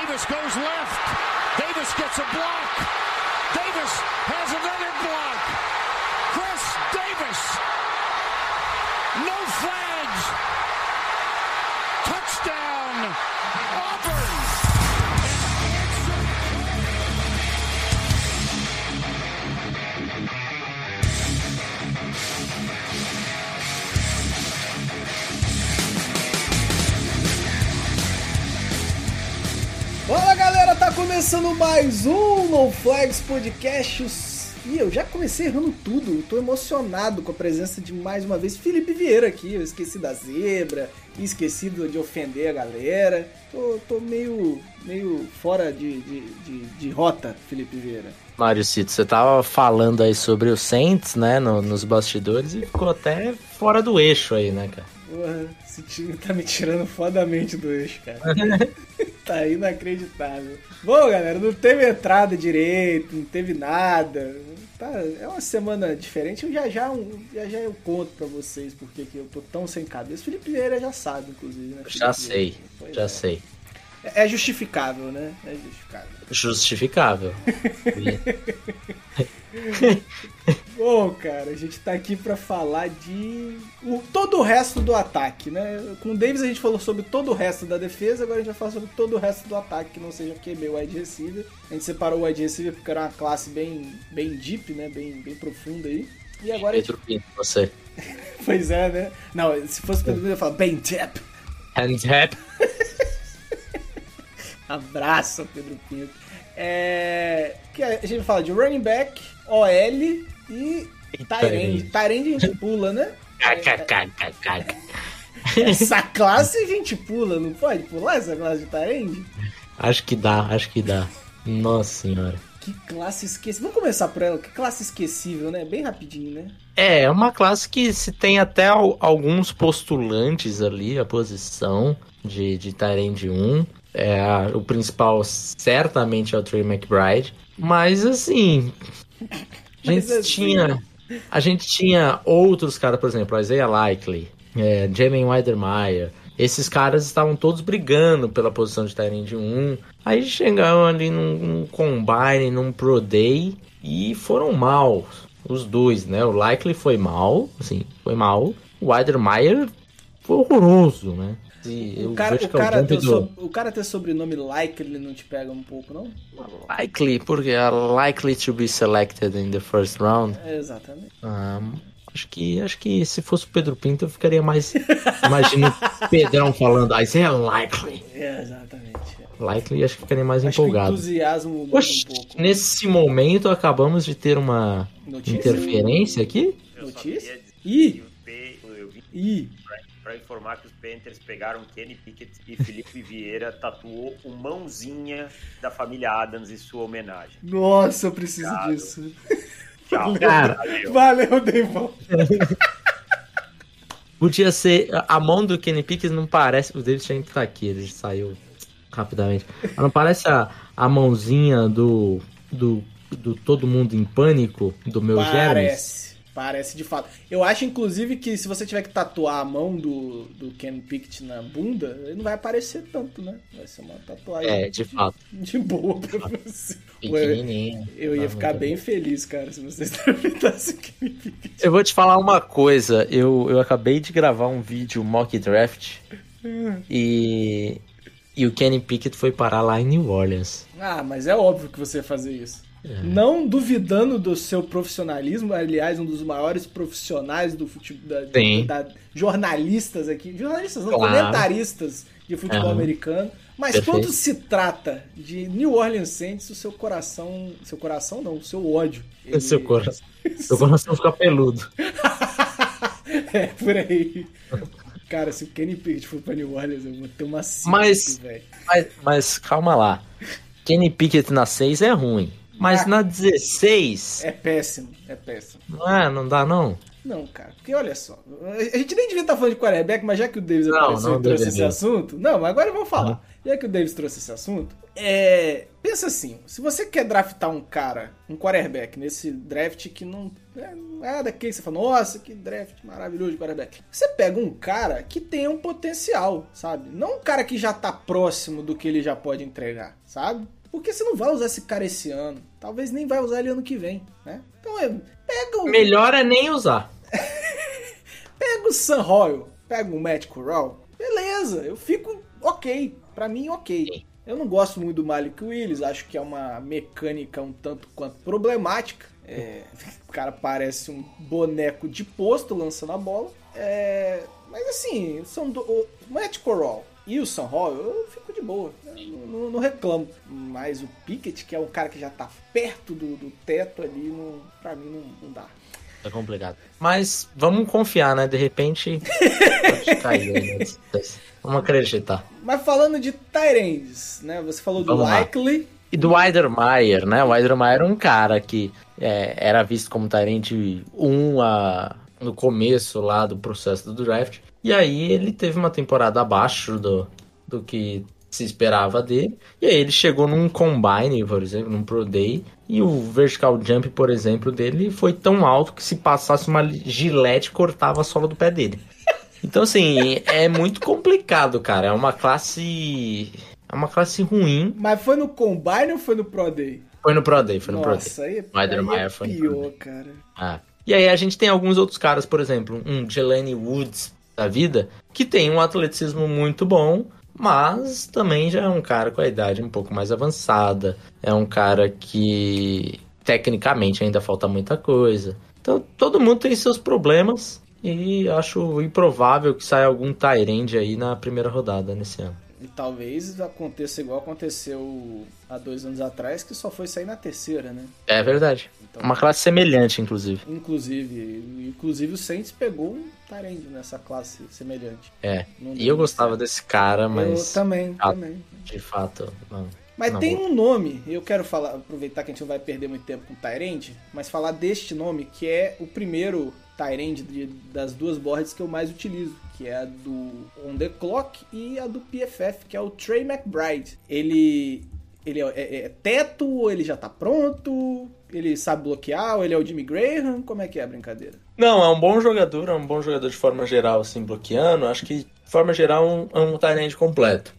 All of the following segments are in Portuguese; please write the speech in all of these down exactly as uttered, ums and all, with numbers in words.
Davis goes left. Davis gets a block. Davis has another block. Chris Davis. No flags. Touchdown. Auburn. Fala galera, tá começando mais um No Flags Podcast. E eu já comecei errando tudo, eu tô emocionado com a presença de mais uma vez Felipe Vieira aqui. Eu esqueci da zebra, esqueci de ofender a galera. Tô, tô meio, meio fora de, de, de, de rota, Felipe Vieira. Mário Cito, você tava falando aí sobre o Saints, né, no, nos bastidores, e ficou até fora do eixo aí, né, cara? Porra, esse time tá me tirando fodamente do eixo, cara. Tá inacreditável. Bom, galera, não teve entrada direito, não teve nada. Tá, é uma semana diferente. Eu já já, já, já eu conto pra vocês porque que eu tô tão sem cabeça. Felipe Vieira já sabe, inclusive, né? Já sei, pois já é. sei. É justificável, né? É justificável. Justificável. Bom, cara, a gente tá aqui pra falar de o, todo o resto do ataque, né? Com o Davis a gente falou sobre todo o resto da defesa, agora a gente vai falar sobre todo o resto do ataque que não seja Q B ou wide receiver. A gente separou o wide receiver porque era uma classe bem, bem deep, né? Bem, bem profunda aí. E agora Pedro a gente... Pinto, você. Pois é, né? Não, se fosse Pedro Pinto eu ia falar bem deep. Hand tap. Abraço, Pedro Pinto. É... que a gente vai falar de running back, O L e Tyrande. Tyrande a gente pula, né? Essa classe a gente pula, não pode pular essa classe de Tyrande? Acho que dá, acho que dá. Nossa senhora. Que classe esquecível. Vamos começar por ela. Que classe esquecível, né? Bem rapidinho, né? É, é uma classe que se tem até al- alguns postulantes ali, a posição de, de Tyrande um. É, a- o principal certamente é o Trey McBride. Mas assim, a gente Mas, assim, tinha. A gente tinha outros caras, por exemplo, Isaiah Likely, é, Jalen Wydermyer. Esses caras estavam todos brigando pela posição de Tyrande um. Aí chegaram ali num, num Combine, num Pro Day e foram mal. Os dois, né? O Likely foi mal, assim, foi mal. O Wydermyer foi horroroso, né? E eu O cara, vejo o, que é cara bom ter do- so- o cara ter sobrenome Like, ele não te pega um pouco, não? Likely, porque é likely to be selected in the first round. É, exatamente. Ah, acho que acho que se fosse o Pedro Pinto eu ficaria mais. Imagina o Pedrão falando, Isaiah Likely. É, exatamente. Likely acho que ficaria mais Acho que o empolgado. entusiasmo muda Oxe, um pouco. nesse momento acabamos de ter uma Notícia? interferência aqui. Eu só Notícia? queria dizer Ih! que o P- eu vim Ih, para informar que os Panthers pegaram Kenny Pickett e Felipe Vieira tatuou o mãozinha da família Adams em sua homenagem. nossa, eu preciso Obrigado. disso. Tchau. Cara. Valeu. Valeu, Deivão. Podia ser. A mão do Kenny Pickett não parece. O David Shane tá aqui, ele saiu rapidamente. Mas não parece a, a mãozinha do, do. do Todo Mundo em Pânico, do meu Germes? Parece. Parece de fato. Eu acho, inclusive, que se você tiver que tatuar a mão do, do Ken Pickett na bunda, ele não vai aparecer tanto, né? Vai ser uma tatuagem É, de fato. de boa pra você. Pequenininho. Eu ia Tá ficar muito bem feliz, cara, se vocês interpretassem o Ken Pickett. Eu vou te falar uma coisa. Eu, eu acabei de gravar um vídeo mock draft e, e o Kenny Pickett foi parar lá em New Orleans. Ah, mas é óbvio que você ia fazer isso. É. Não duvidando do seu profissionalismo, aliás, um dos maiores profissionais do futebol, da, Sim. da- jornalistas aqui, jornalistas não, Claro. comentaristas de futebol Aham. americano, mas Perfeito. quando se trata de New Orleans Saints, o seu coração, seu coração não, o seu ódio. ele- Seu coração, seu coração fica peludo. É, por aí. Cara, se o Kenny Pickett for pra New Orleans, eu vou ter uma Mas- síndrome, velho. Mas, mas calma lá. Kenny Pickett na seis é ruim. Mas Ah. na dezesseis, É péssimo, é péssimo. não é? Não dá não? Não, cara, porque olha só, a gente nem devia estar falando de quarterback, mas já que o Davis Não, apareceu não e trouxe deveria. esse assunto... Não, mas agora eu vou falar. Uhum. Já que o Davis trouxe esse assunto, é... pensa assim, se você quer draftar um cara, um quarterback, nesse draft que não é nada que você fala, nossa, que draft maravilhoso de quarterback. Você pega um cara que tem um potencial, sabe? Não um cara que já tá próximo do que ele já pode entregar, sabe? Porque você não vai usar esse cara esse ano. Talvez nem vai usar ele ano que vem, né? Então é... Pega o... Melhor é nem usar. Pega o Sam Howell, pega o Matt Corral, beleza, eu fico ok. Pra mim, ok. Eu não gosto muito do Malik Willis, acho que é uma mecânica um tanto quanto problemática. É, o cara parece um boneco de posto lançando a bola. É, mas assim, são do, o Matt Corral e o Sam Howell, eu fico de boa, eu não, não reclamo. Mas o Pickett, que é um cara que já tá perto do, do teto ali, não, pra mim não, não dá. É complicado. Mas vamos confiar, né? De repente pode cair aí, né? Vamos acreditar. Mas falando de tight ends, né? Você falou do Vamos lá. Likely. E do Weidermeyer, né? O Weidermeyer era um cara que é, era visto como tight end um a, no começo lá do processo do draft. E aí ele teve uma temporada abaixo do, do que se esperava dele. E aí ele chegou num combine, por exemplo, num pro day. E o vertical jump, por exemplo, dele foi tão alto que se passasse uma gilete cortava a sola do pé dele. Então, assim, é muito complicado, cara. É uma classe... É uma classe ruim. Mas foi no Combine ou foi no Pro Day? Foi no Pro Day, foi no Nossa, Pro Day. aí é, Weidermeyer aí é foi no pior, Pro Day. cara. Ah. E aí a gente tem alguns outros caras, por exemplo, um Jelani Woods da vida, que tem um atleticismo muito bom, mas também já é um cara com a idade um pouco mais avançada. É um cara que, tecnicamente, ainda falta muita coisa. Então, todo mundo tem seus problemas. E acho improvável que saia algum tight end aí na primeira rodada nesse ano. E talvez aconteça igual aconteceu há dois anos atrás, que só foi sair na terceira, né? É verdade. Então, uma classe semelhante, inclusive. Inclusive, inclusive o Saints pegou um tight end nessa classe semelhante. É. Não E eu deu gostava certo. desse cara, mas... Eu também, ah, também. De fato, não. Mas não tem vou. um nome, eu quero falar, aproveitar que a gente não vai perder muito tempo com o tight end, mas falar deste nome, que é o primeiro tight end de, das duas boards que eu mais utilizo, que é a do On The Clock e a do P F F, que é o Trey McBride. Ele, ele é, é, é teto, ou ele já tá pronto, ele sabe bloquear, ou ele é o Jimmy Graham, como é que é a brincadeira? Não, é um bom jogador, é um bom jogador de forma geral, assim, bloqueando. Acho que, de forma geral, é um, é um tight end completo.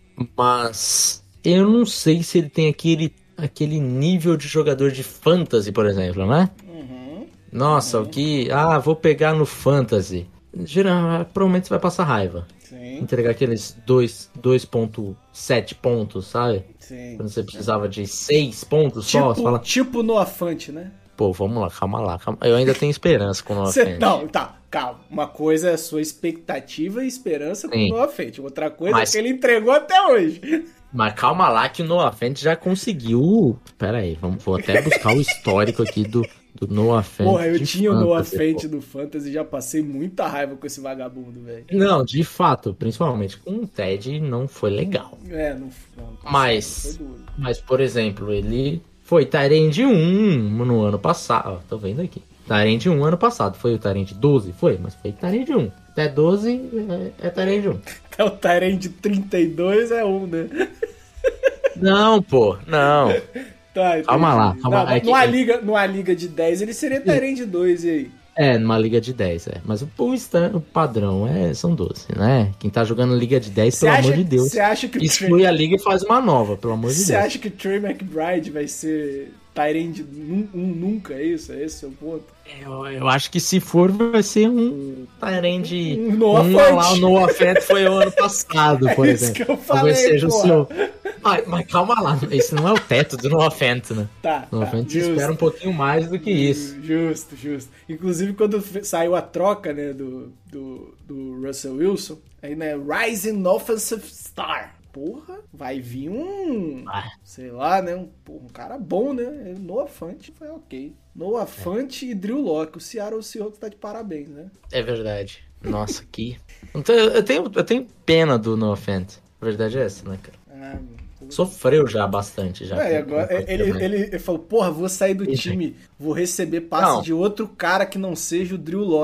Mas eu não sei se ele tem aquele, aquele nível de jogador de fantasy, por exemplo, né? Uhum. Nossa, uhum. o que... Ah, vou pegar no fantasy. Geral, provavelmente você vai passar raiva. Sim. Entregar aqueles dois ponto sete pontos, sabe? Sim. Quando você precisava de seis pontos Tipo, só, você fala... tipo Noah Fant, né? Pô, vamos lá, calma lá. Calma. Eu ainda tenho esperança com o Noah Cê, Fant. não, tá, calma. Uma coisa é a sua expectativa e esperança com Sim. o Noah Fant. Outra coisa Mas- é que ele entregou até hoje. Mas calma lá que o Noah Fant já conseguiu... Pera aí, vamos, vou até buscar o histórico aqui do, do Noah Fant. Porra, eu de tinha o Noah fantasy, Fant pô. do Fantasy e já passei muita raiva com esse vagabundo, velho. Não, de fato, principalmente com o Ted não foi legal. É, não, não Mas- foi duro. Mas, por exemplo, ele foi Tyrande um no ano passado. Ó, tô vendo aqui. Tyrande um ano passado. Foi o Tyrande doze? Foi, mas foi Tyrande um. Até doze é, é Tyrande um. Até o Tyrande trinta e dois é um, né? Não, pô, não. Tá, entendi. Calma lá, calma Não, lá, é que- numa, liga, numa liga de dez ele seria Tyrande dois, e aí? É, numa liga de dez, é. Mas o, o, stan- o padrão é, são doze, né? Quem tá jogando liga de dez, Você pelo acha, amor de Deus, você acha que o exclui Trey, a liga e faz uma nova, pelo amor de você Deus. acha que o Trey McBride vai ser Tyrande um, um nunca, é isso? É esse o seu ponto? Eu, eu acho que se for, vai ser um Tyrande Um Noah um Fant. lá, o Noah Fant foi o ano passado, por É isso exemplo. que eu falei, Talvez seja porra. o seu... Mas, mas calma lá, esse não é o teto do Noah Fant, né? Tá, Noah tá, Fant justo. espera um pouquinho mais do que isso. Justo, justo. Inclusive, quando fe- saiu a troca, né, do, do, do Russell Wilson, aí, né, Rising Offensive Star. Porra, vai vir um, Ah. sei lá, né, um, porra, um cara bom, né? Noah Fant foi ok. Noah Fant e Drew Locke. O Seattle Seahawks tá de parabéns, né? É verdade. Nossa, que... Então, eu, tenho, eu tenho pena do Noah Fant. A verdade é essa, né, cara? Ah, Sofreu já bastante. Já, é, agora, com- com- ele, com- ele, ele falou, porra, vou sair do Isso. time, vou receber passe Não. de outro cara que não seja o Drew Locke.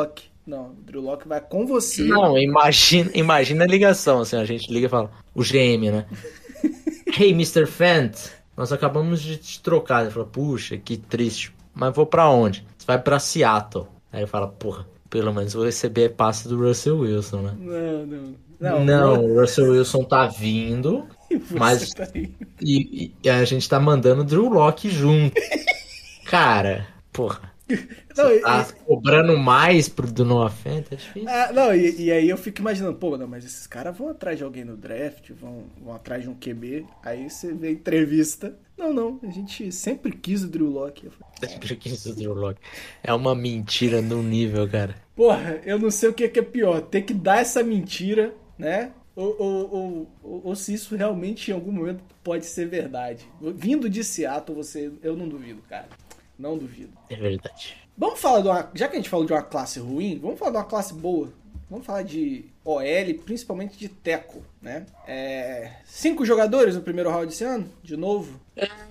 Não, o Drew Locke vai com você. Não, imagina, imagina a ligação, assim, a gente liga e fala, o G M, né? Hey, mister Fant, nós acabamos de te trocar. Ele fala, puxa, que triste, mas vou pra onde? Você vai pra Seattle. Aí ele fala, porra, pelo menos vou receber passe do Russell Wilson, né? Não, não. Não, não o Russell Wilson tá vindo, mas tá e, e a gente tá mandando o Drew Locke junto. Cara, porra. Não, você tá e, cobrando mais pro do Noah Fant, é difícil. Ah, não, e, e aí eu fico imaginando, pô, não, mas esses caras vão atrás de alguém no draft, vão, vão atrás de um Q B, aí você vê a entrevista. Não, não, a gente sempre quis o Drew Locke. Sempre quis o Drew Locke. É uma mentira no nível, cara. Porra, eu não sei o que é pior, ter que dar essa mentira, né? Ou, ou, ou, ou, ou se isso realmente em algum momento pode ser verdade. Vindo de Seattle, você, eu não duvido, cara. Não duvido. É verdade. Vamos falar de uma... Já que a gente falou de uma classe ruim, vamos falar de uma classe boa. Vamos falar de O L, principalmente de tackle, né? É... Cinco jogadores no primeiro round desse ano, de novo.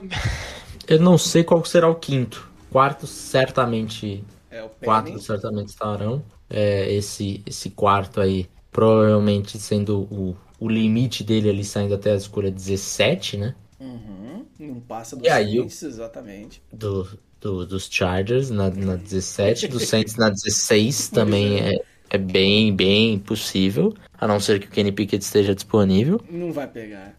Eu não sei qual será o quinto. Quarto, certamente... É, o Penny. Quatro, certamente estarão. É, esse, esse quarto aí, provavelmente sendo o, o limite dele ali, saindo até a escolha dezessete, né? Uhum. Não passa dos Saints, exatamente. Do... Do, dos Chargers na, na dezessete, dos Saints na dezesseis também é, é bem, bem possível, a não ser que o Kenny Pickett esteja disponível. Não vai pegar.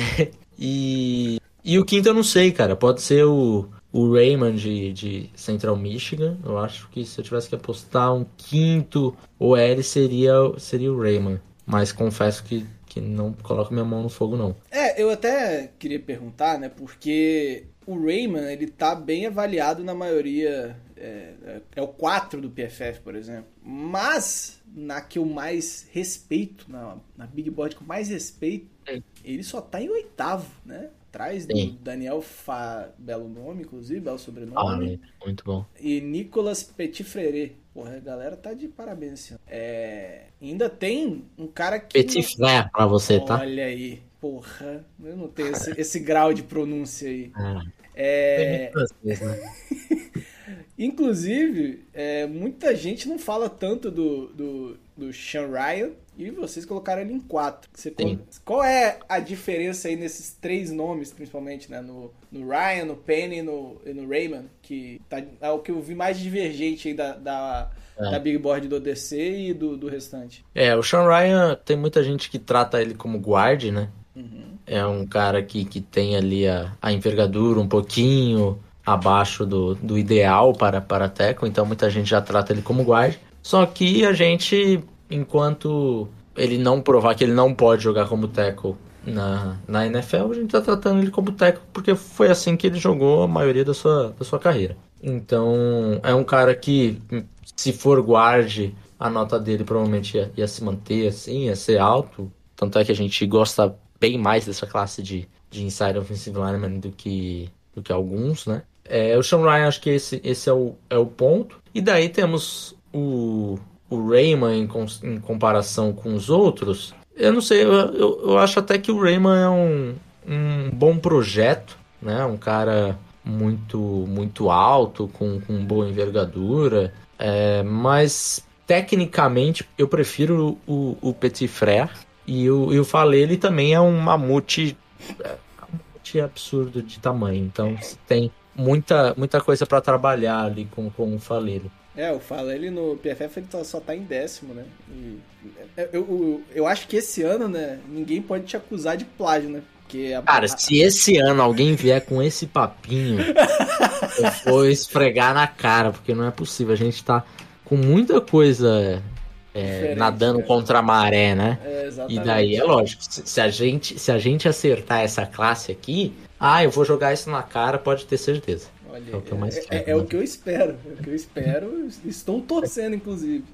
e, e o quinto eu não sei, cara, pode ser o, o Raymond de, de Central Michigan. Eu acho que se eu tivesse que apostar um quinto O L seria, seria o Raymond, mas confesso que, que não coloco minha mão no fogo não. É, eu até queria perguntar, né, porque... O Raymond, ele tá bem avaliado na maioria, é, é o quatro do P F F, por exemplo. Mas, na que eu mais respeito, na, na Big Board que eu mais respeito, é. ele só tá em oitavo, né? Atrás do Sim. Daniel Fa... Belo nome, inclusive, belo sobrenome. Ah, muito bom. E Nicolas Petit-Frere. Porra, a galera tá de parabéns esse ano. É... Ainda tem um cara que... Petit-Frere pra você, tá? Olha aí. Porra, eu não tenho esse, esse grau de pronúncia aí. Ah, é... vezes, né? Inclusive, é, muita gente não fala tanto do, do, do Sean Rhyan e vocês colocaram ele em quatro. Você col... Qual é a diferença aí nesses três nomes, principalmente, né? No, no Ryan, no Penny no, e no Raymond, que tá, é o que eu vi mais divergente aí da, da, é. da Big Board do O D C e do, do restante. É, o Sean Rhyan, tem muita gente que trata ele como guard, né? Uhum. É um cara que, que tem ali a, a envergadura um pouquinho abaixo do, do ideal para, para tackle, então muita gente já trata ele como guard. Só que a gente, enquanto ele não provar que ele não pode jogar como tackle na, na N F L, a gente tá tratando ele como tackle porque foi assim que ele jogou a maioria da sua, da sua carreira. Então é um cara que, se for guard, a nota dele provavelmente ia, ia se manter assim, ia ser alto. Tanto é que a gente gosta bem mais dessa classe de, de inside offensive lineman do que, do que alguns, né? É, o Sean Rhyan, acho que esse, esse é, o, é o ponto. E daí temos o, o Raymond em, em comparação com os outros. Eu não sei, eu, eu, eu acho até que o Raymond é um, um bom projeto, né? Um cara muito, muito alto, com, com boa envergadura. É, mas, tecnicamente, eu prefiro o, o Petit-Frere. E o, e o Falele também é um mamute, é, mamute absurdo de tamanho. Então tem muita, muita coisa para trabalhar ali com, com o Falele. É, o Falele no P F F ele só tá em décimo, né? E eu, eu, eu acho que esse ano, né, ninguém pode te acusar de plágio, né? Porque a... Cara, se esse ano alguém vier com esse papinho, eu vou esfregar na cara, porque não é possível. A gente tá com muita coisa... É, nadando cara. Contra a maré, né? É, e daí é lógico, se, se, a gente, se a gente acertar essa classe aqui, ah, eu vou jogar isso na cara, pode ter certeza. Olha, é o que eu mais quero. É, é, é o que eu espero, é o que eu espero. Estou torcendo, inclusive.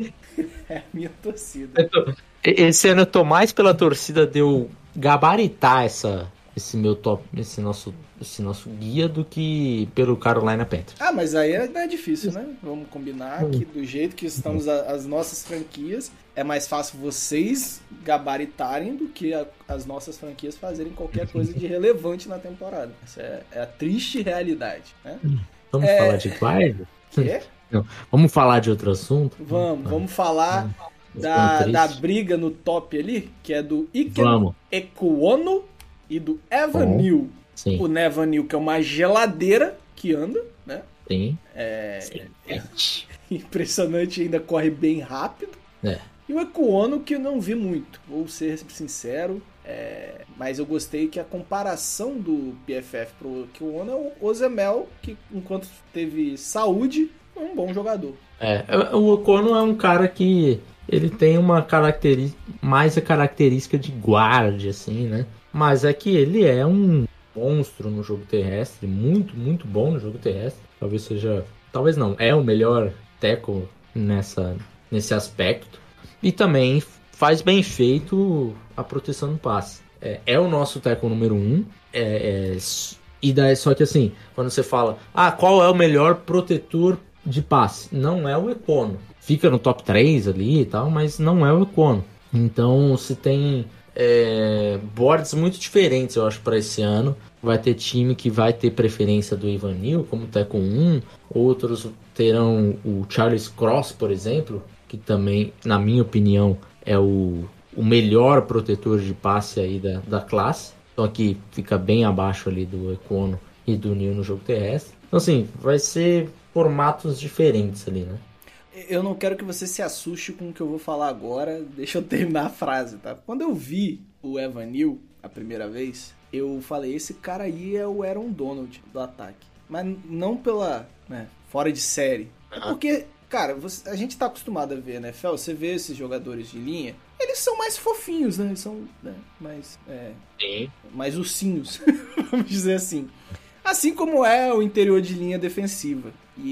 É a minha torcida. Tô, esse ano eu tô mais pela torcida de eu gabaritar essa, esse meu top, esse nosso, esse nosso guia do que pelo Carolina Panthers. Ah, mas aí é, é difícil, né? Vamos combinar que do jeito que estamos a, as nossas franquias, é mais fácil vocês gabaritarem do que a, as nossas franquias fazerem qualquer coisa de relevante na temporada. Essa é, é a triste realidade, né? Vamos é... falar de guard? Quê? Não, vamos falar de outro assunto? Vamos, vamos falar da, da briga no top ali, que é do Iken Ekwonu e do Evan Neal. Sim. O Evan Neal, que é uma geladeira que anda, né? Sim. É, Sim. é impressionante, ainda corre bem rápido. É. E o Ekwonu, que eu não vi muito, vou ser sincero. É, mas eu gostei que a comparação do P F F pro Ekwonu é o Osemel, que enquanto teve saúde, é um bom jogador. É, o Ekwonu é um cara que ele tem uma característica, mais a característica de guarda, assim, né? Mas é que ele é um monstro no jogo terrestre, muito, muito bom no jogo terrestre. Talvez seja, talvez não, é o melhor tackle nessa, nesse aspecto. E também faz bem feito a proteção no passe. É, é o nosso tackle número um. É, é, e daí, só que assim, quando você fala, ah, qual é o melhor protetor de passe? Não é o Ekwonu. Fica no top três ali e tal, mas não é o Ekwonu. Então, se tem é, boards muito diferentes, eu acho, para esse ano. Vai ter time que vai ter preferência do Evan Neal, como tackle um. Outros terão o Charles Cross, por exemplo, que também, na minha opinião, é o, o melhor protetor de passe aí da, da classe. Então aqui fica bem abaixo ali do Ekwonu e do Neal no jogo terrestre. Então assim, vai ser formatos diferentes ali, né? Eu não quero que você se assuste com o que eu vou falar agora. Deixa eu terminar a frase, tá? Quando eu vi o Evan Neal a primeira vez, eu falei, esse cara aí é o Aaron Donald do ataque. Mas não pela, né, fora de série. É porque, cara, você, a gente tá acostumado a ver, né, Fel? Você vê esses jogadores de linha, eles são mais fofinhos, né? Eles são, né, mais, é, mais ursinhos, vamos dizer assim. Assim como é o interior de linha defensiva.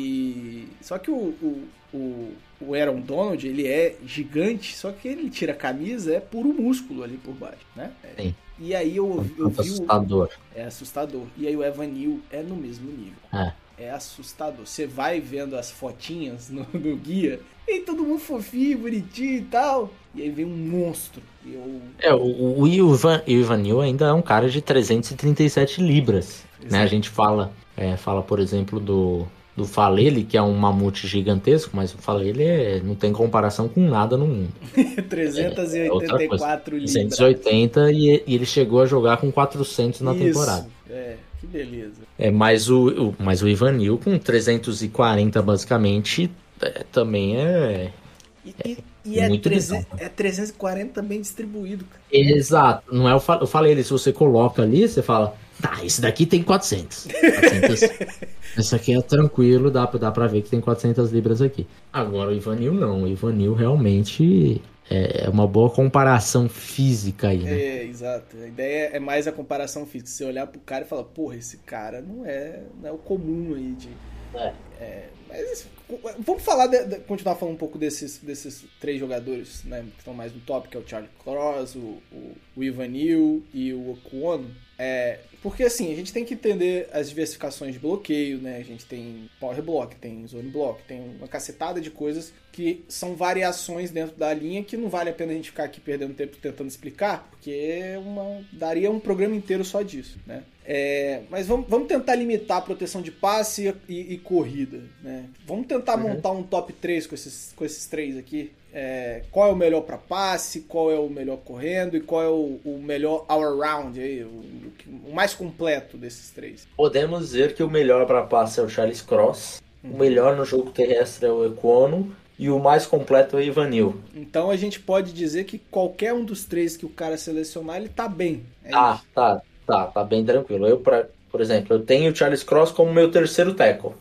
E só que o, o, o, o Aaron Donald, ele é gigante, só que ele tira a camisa, é puro músculo ali por baixo, né? É, Sim. E aí eu, eu vi assustador. O... É assustador. E aí o Evan Neal é no mesmo nível. É. É assustador. Você vai vendo as fotinhas no, no guia, e todo mundo fofinho, bonitinho e tal. E aí vem um monstro. E eu... É, o, o Evan, Evan Neal ainda é um cara de trezentas e trinta e sete libras. Né? A gente fala, é, fala, por exemplo, do, do Falele, que é um mamute gigantesco, mas o Falele é, não tem comparação com nada no mundo. trezentas e oitenta e quatro é libras. trezentos e oitenta e, e ele chegou a jogar com quatrocentos na Isso, temporada. É, que beleza. É, mas o, o, mas o Evan Neal com trezentos e quarenta basicamente é, também é... E, e, e é, muito trezentos, é trezentos e quarenta bem distribuído, cara. Exato. Não é o, eu falei ali, se você coloca ali, você fala, tá, esse daqui tem quatrocentos. quatrocentos esse aqui é tranquilo, dá, dá pra ver que tem quatrocentas libras aqui. Agora o Evan Neal não. O Evan Neal realmente é uma boa comparação física aí, né? É, exato. A ideia é mais a comparação física. Você olhar pro cara e falar, porra, esse cara não é, não é o comum aí de... É. É, mas vamos falar de, de, continuar falando um pouco desses, desses três jogadores, né, que estão mais no top, que é o Charlie Cross, o, o, o Evan Neal e o Ekwonu. É, porque assim, a gente tem que entender as diversificações de bloqueio, né? A gente tem power block, tem zone block, tem uma cacetada de coisas que são variações dentro da linha que não vale a pena a gente ficar aqui perdendo tempo tentando explicar, porque é uma, daria um programa inteiro só disso, né? É, mas vamos, vamos tentar limitar a proteção de passe e, e corrida, né? Vamos tentar uhum. montar um top três com esses, com esses três aqui. É, qual é o melhor para passe, qual é o melhor correndo e qual é o, o melhor all-around, aí, o, o mais completo desses três. Podemos dizer que o melhor para passe é o Charles Cross, uhum. o melhor no jogo terrestre é o Ekwonu e o mais completo é o Evan Neal. Então a gente pode dizer que qualquer um dos três que o cara selecionar, ele tá bem. É ah, isso. tá, tá, tá bem tranquilo. Eu, pra, por exemplo, eu tenho o Charles Cross como meu terceiro tackle.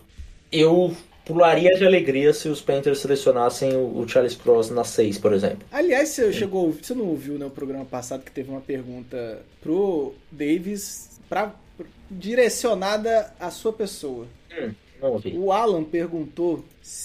Eu pularia de alegria se os Panthers selecionassem o Charles Cross na seis, por exemplo. Aliás, você, chegou, você não ouviu, né, o programa passado que teve uma pergunta pro Davis pra, direcionada à sua pessoa. Hum, não ouvi. O Alan perguntou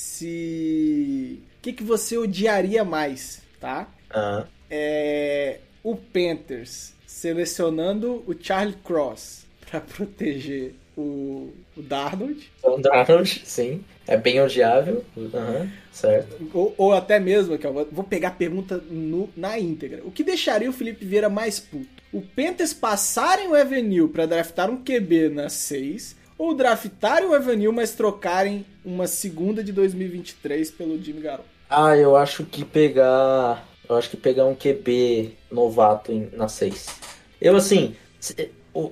se... o que, que você odiaria mais, tá? Ah. É... o Panthers selecionando o Charlie Cross pra proteger o, o Darnold. O Darnold, sim. É bem odiável. Uhum, certo. Ou, ou até mesmo, que eu vou pegar a pergunta no, na íntegra. O que deixaria o Felipe Vieira mais puto? O Panthers passarem o Evan Neal pra draftar um Q B na seis, ou draftarem o Evan Neal, mas trocarem uma segunda de dois mil e vinte e três pelo Jimmy Garoppolo? Ah, eu acho que pegar... Eu acho que pegar um Q B novato em, na seis. Eu, assim... O,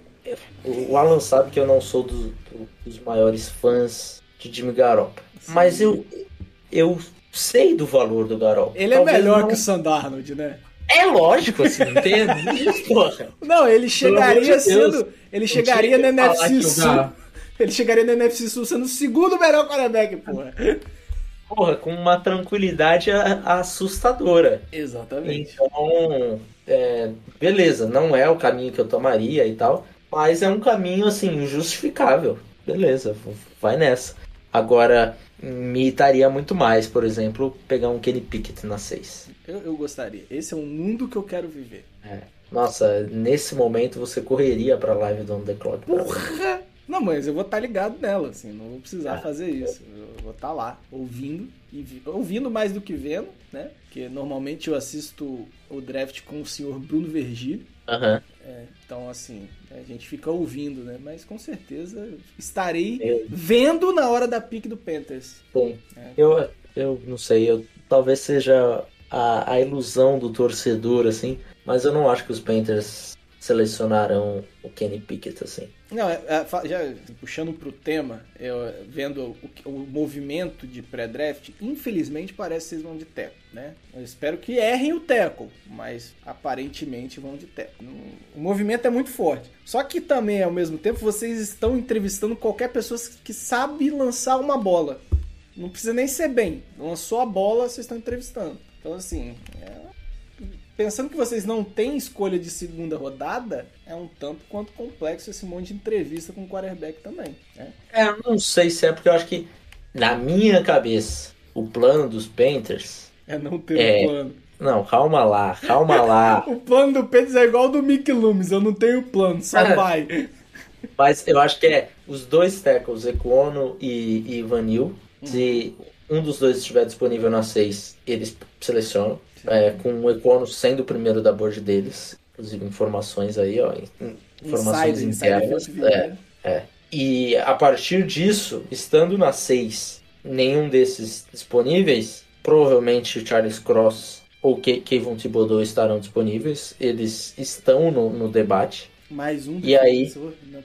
o Alan sabe que eu não sou dos, dos maiores fãs de Jimmy Garoppolo. Sim. Mas eu, eu sei do valor do Garoppolo. Ele Talvez é melhor não... que o Sam Darnold, né? É lógico, assim, entende? Porra. Não, ele chegaria de sendo... Ele chegaria na N F C Sul. Ele chegaria na N F C Sul sendo o segundo melhor quarterback, porra. Porra, com uma tranquilidade assustadora. Exatamente. Então, é, beleza, não é o caminho que eu tomaria e tal, mas é um caminho, assim, justificável. Beleza, vai nessa. Agora, me irritaria muito mais, por exemplo, pegar um Kenny Pickett na seis. Eu, eu gostaria. Esse é um mundo que eu quero viver. É. Nossa, nesse momento você correria pra live do On The Clock. Porra! Não, mas eu vou estar ligado nela, assim, não vou precisar ah. fazer isso. Eu vou estar lá, ouvindo, e vi... ouvindo mais do que vendo, né? Porque normalmente eu assisto o draft com o senhor Bruno Vergílio. Aham. Uhum. É, então, assim, a gente fica ouvindo, né? Mas com certeza estarei eu... vendo na hora da pick do Panthers. Sim. É. Eu, eu não sei, eu, talvez seja a, a ilusão do torcedor, assim, mas eu não acho que os Panthers selecionaram o Kenny Pickett, assim. Não, já puxando pro tema, eu, vendo o, o movimento de pré-draft, infelizmente parece que vocês vão de tackle, né? Eu espero que errem o tackle, mas aparentemente vão de tackle. O movimento é muito forte. Só que também, ao mesmo tempo, vocês estão entrevistando qualquer pessoa que sabe lançar uma bola. Não precisa nem ser bem. Lançou a bola, vocês estão entrevistando. Então, assim... É... Pensando que vocês não têm escolha de segunda rodada, é um tanto quanto complexo esse monte de entrevista com o quarterback também, né? É, eu não sei se é porque eu acho que, na minha cabeça, o plano dos Panthers... É não ter é... um plano. Não, calma lá, calma lá. O plano do Panthers é igual ao do Mickey Loomis, eu não tenho plano, só vai. Mas eu acho que é os dois tackles, Ekwonu e, e Evan Neal. Hum. Se um dos dois estiver disponível na seis, eles selecionam. É, com o Ekwonu sendo o primeiro da board deles, inclusive informações aí, ó, informações inside, internas. inside é, é. E a partir disso, estando na seis, nenhum desses disponíveis, provavelmente o Charles Cross ou Kayvon Thibodeau estarão disponíveis, eles estão no, no debate. Mais um e aí,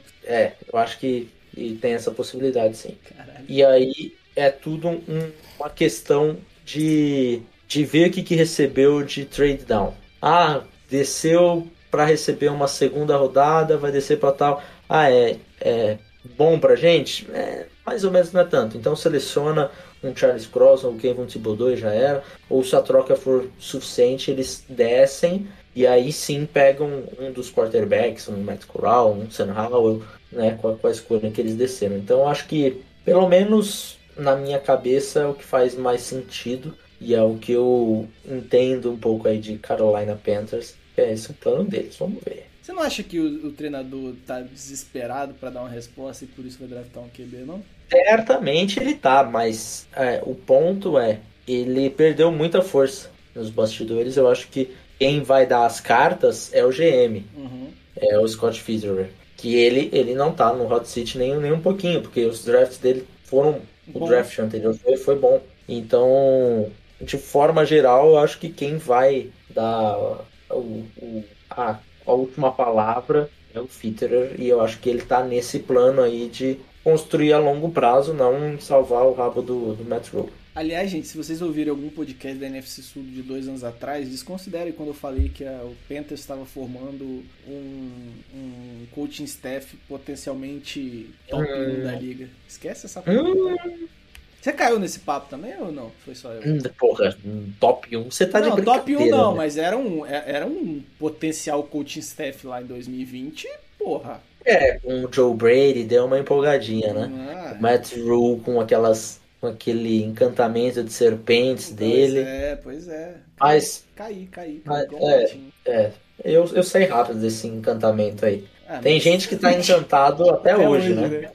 é, eu acho que e tem essa possibilidade, sim. Caralho. E aí é tudo um, uma questão de... de ver o que, que recebeu de trade down. Ah, desceu para receber uma segunda rodada, vai descer para tal. Ah, é, é bom pra gente? É, mais ou menos não é tanto. Então seleciona um Charles Cross ou um Kayvon Thibodeau e já era. Ou se a troca for suficiente, eles descem e aí sim pegam um dos quarterbacks, um Matt Corral, um Sam Howell, né, com a, com a escolha que eles desceram. Então eu acho que, pelo menos na minha cabeça, é o que faz mais sentido. E é o que eu entendo um pouco aí de Carolina Panthers. É esse o plano deles, vamos ver. Você não acha que o, o treinador tá desesperado para dar uma resposta e por isso vai draftar um Q B, não? Certamente ele tá, mas é, o ponto é, ele perdeu muita força nos bastidores. Eu acho que quem vai dar as cartas é o G M, uhum. é o Scott Fitzgerald. Que ele, ele não tá no hot seat nem, nem um pouquinho, porque os drafts dele foram... O bom. Draft anterior foi, foi bom. Então... De forma geral, eu acho que quem vai dar o, o, a, a última palavra é o Fitterer, e eu acho que ele tá nesse plano aí de construir a longo prazo, não salvar o rabo do, do Matt Rhule. Aliás, gente, se vocês ouvirem algum podcast da N F C Sul de dois anos atrás, desconsiderem quando eu falei que a, o Panthers estava formando um, um coaching staff potencialmente top um hum. da liga. Esquece essa coisa. Hum. Você caiu nesse papo também ou não? Foi só eu? Porra, top um você tá não, de brincadeira. Top um não, né? mas era um, era um potencial coaching staff lá em dois mil e vinte, porra. É, com o Joe Brady deu uma empolgadinha, né? Ah, o Matt Rhule com aquelas com aquele encantamento de serpentes pois dele. É, pois é. Mas... Caí, caí. Mas, é, é, eu, eu sei rápido desse encantamento aí. Ah, Tem mas... gente que tá encantado até, até hoje, hoje, né? né?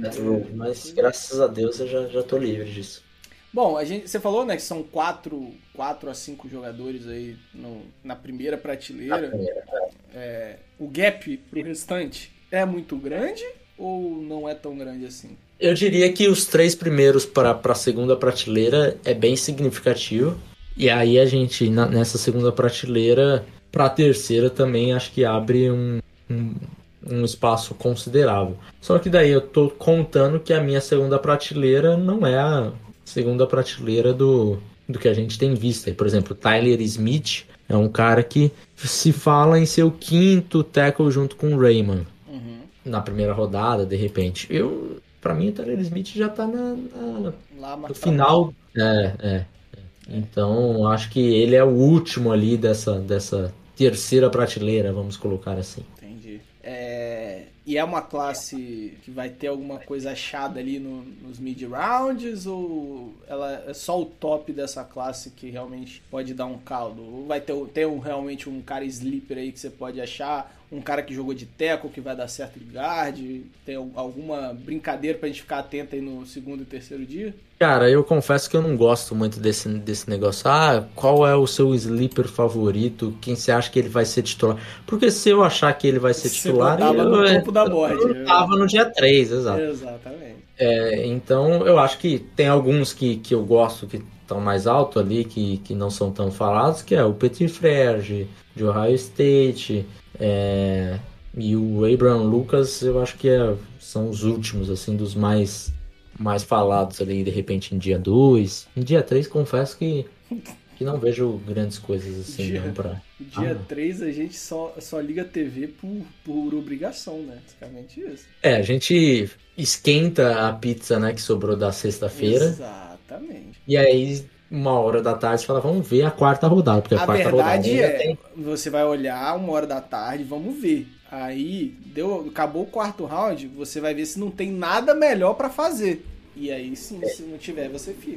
Mas graças a Deus eu já, já tô livre disso. Bom, a gente, você falou, né, que são quatro, quatro a cinco jogadores aí no, na primeira prateleira. Na primeira, é. É, o gap pro restante é muito grande ou não é tão grande assim? Eu diria que os três primeiros para a segunda prateleira é bem significativo. E aí a gente, na, nessa segunda prateleira, para a terceira também acho que abre um, um, um espaço considerável. Só que daí eu tô contando que a minha segunda prateleira não é a segunda prateleira do, do que a gente tem visto. Por exemplo, Tyler Smith é um cara que se fala em ser o quinto tackle junto com o Raymond. Uhum. Na primeira rodada, de repente. Eu, pra mim, o Tyler Smith já tá na, na, Lá, no final. É, é. Então, acho que ele é o último ali dessa, dessa terceira prateleira, vamos colocar assim. Entendi. É... E é uma classe que vai ter alguma coisa achada ali no, nos mid-rounds, ou ela é só o top dessa classe que realmente pode dar um caldo? Ou vai ter, ter um, realmente um cara sleeper aí que você pode achar, um cara que jogou de tackle que vai dar certo de guard? Tem alguma brincadeira pra gente ficar atento aí no segundo e terceiro dia? Cara, eu confesso que eu não gosto muito desse, desse negócio. Ah, qual é o seu sleeper favorito? Quem você acha que ele vai ser titular? Porque se eu achar que ele vai ser você titular... Você eu, no topo da board. Eu tava no dia três, exato. Exatamente. É, então, eu acho que tem alguns que, que eu gosto que estão mais alto ali, que, que não são tão falados, que é o Petit Frere, de Ohio State, é, e o Abraham Lucas, eu acho que é, são os últimos, assim, dos mais... mais falados ali, de repente, em dia dois. Em dia três, confesso que, que não vejo grandes coisas assim, dia, não, pra... Dia ah, três a gente só, só liga a T V por, por obrigação, né? Basicamente isso. É, a gente esquenta a pizza, né, que sobrou da sexta-feira. Exatamente. E aí, uma hora da tarde, você fala, vamos ver a quarta rodada, porque a, a quarta verdade rodada é, tem... você vai olhar uma hora da tarde, vamos ver. Aí, deu, acabou o quarto round, você vai ver se não tem nada melhor pra fazer. E aí sim, é. se não tiver, você fica.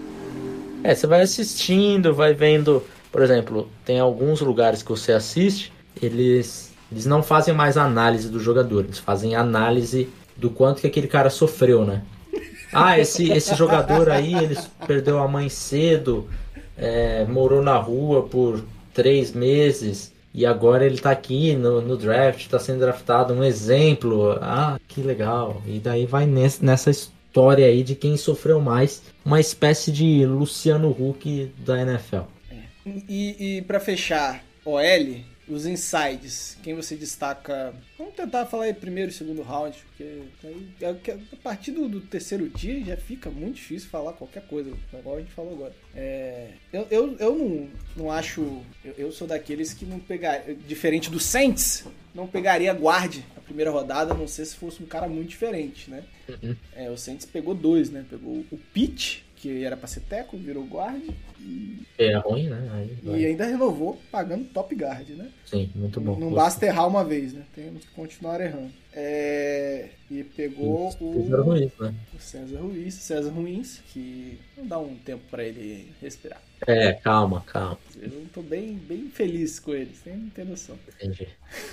É, você vai assistindo, vai vendo... Por exemplo, tem alguns lugares que você assiste, eles, eles não fazem mais análise do jogador, eles fazem análise do quanto que aquele cara sofreu, né? Ah, esse, esse jogador aí, ele perdeu a mãe cedo, é, morou na rua por três meses... E agora ele tá aqui no, no draft, tá sendo draftado, um exemplo. Ah, que legal. E daí vai nesse, nessa história aí de quem sofreu mais. Uma espécie de Luciano Huck da N F L. É. E, e pra fechar, O L, os insides, quem você destaca? Vamos tentar falar aí primeiro e segundo round, porque aí, a partir do, do terceiro dia já fica muito difícil falar qualquer coisa, igual a gente falou agora. É, eu, eu, eu não, não acho... Eu, eu sou daqueles que não pegaria... Diferente do Saints, não pegaria guard na primeira rodada, a não sei se fosse um cara muito diferente, né? Uhum. É, o Saints pegou dois, né? Pegou o Pitt, que era pra ser teco, virou guard. E... É ruim, né? Aí, e ainda renovou pagando top guard, né? Sim, muito bom. Não basta errar uma vez, né? Temos que continuar errando. É... E pegou Isso, o... César Ruiz, né? O César Ruiz, César Ruiz, que não dá um tempo pra ele respirar. É, calma, calma. Eu tô bem, bem feliz com ele, sem ter noção. Entendi.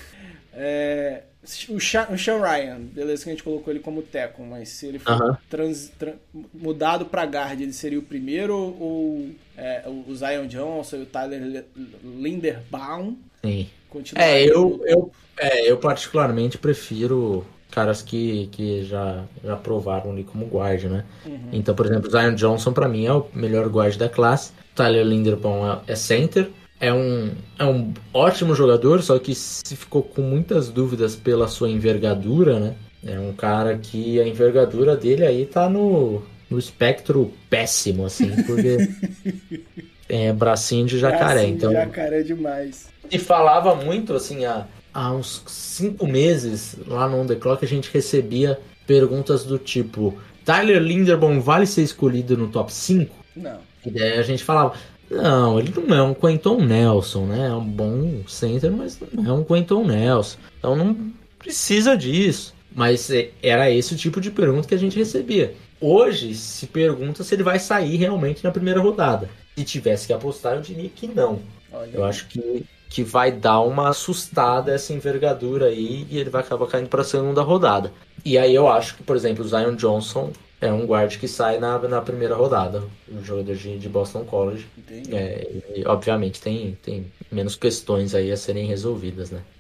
É... O Sean, o Sean Ryan, beleza que a gente colocou ele como teco, mas se ele for uh-huh. trans, trans, mudado pra guard, ele seria o primeiro, ou é, o Zion Johnson e o Tyler Linderbaum? Sim. É, eu, eu, é, eu particularmente prefiro caras que, que já, já provaram ali como guard, né? Uhum. Então, por exemplo, o Zion Johnson pra mim é o melhor guard da classe, Tyler Linderbaum é, é center. É um, é um ótimo jogador, só que se ficou com muitas dúvidas pela sua envergadura, né? É um cara que a envergadura dele aí tá no, no espectro péssimo, assim, porque é bracinho de jacaré. Bracinho então, de jacaré demais. E falava muito, assim, há, há uns cinco meses, lá no On The Clock, a gente recebia perguntas do tipo: Tyler Linderbaum vale ser escolhido no top cinco? Não. E daí a gente falava... Não, ele não é um Quentin Nelson, né? É um bom center, mas não é um Quentin Nelson. Então não precisa disso. Mas era esse o tipo de pergunta que a gente recebia. Hoje se pergunta se ele vai sair realmente na primeira rodada. Se tivesse que apostar, eu diria que não. Olha. Eu acho que, que vai dar uma assustada essa envergadura aí e ele vai acabar caindo para a segunda rodada. E aí eu acho que, por exemplo, o Zion Johnson é um guard que sai na, na primeira rodada, um jogador de, de Boston College. É, e, obviamente tem, tem menos questões aí a serem resolvidas, né?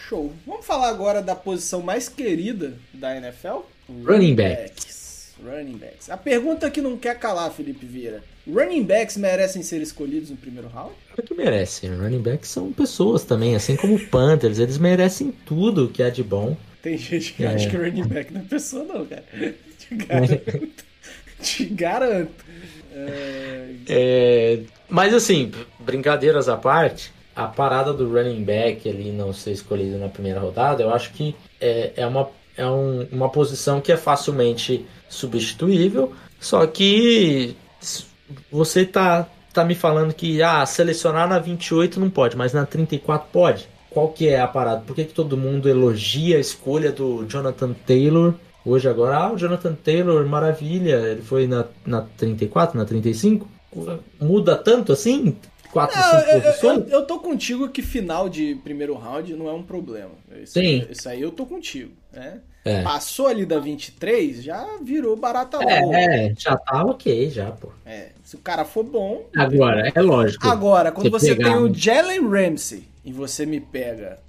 Show. Vamos falar agora da posição mais querida da N F L? Running backs. Running backs. A pergunta que não quer calar, Felipe Vieira. Running backs merecem ser escolhidos no primeiro round? É que merecem. Running backs são pessoas também, assim como Panthers. Eles merecem tudo que há de bom. Tem gente que É. acha que running back não é pessoa não, cara. Te garanto. Te garanto. É... É, mas assim, brincadeiras à parte, a parada do running back ali não ser escolhido na primeira rodada, eu acho que é, é, uma, é um, uma posição que é facilmente substituível, só que você tá, tá me falando que ah, selecionar na vinte e oito não pode, mas na trinta e quatro pode. Qual que é a parada? Por que, que todo mundo elogia a escolha do Jonathan Taylor hoje agora? Ah, o Jonathan Taylor, maravilha, ele foi na, na trinta e quatro, na trinta e cinco? Muda tanto assim? quatro, Não, cinco eu, posições? eu, eu tô contigo que final de primeiro round não é um problema. Isso, Sim. Isso aí eu tô contigo, né? É. Passou ali da vinte e três, já virou barata boa. É, é, já tá ok, já, pô. É, se o cara for bom... Agora, é lógico. Agora, quando você, pegar tem um- o Jalen Ramsey e você me pega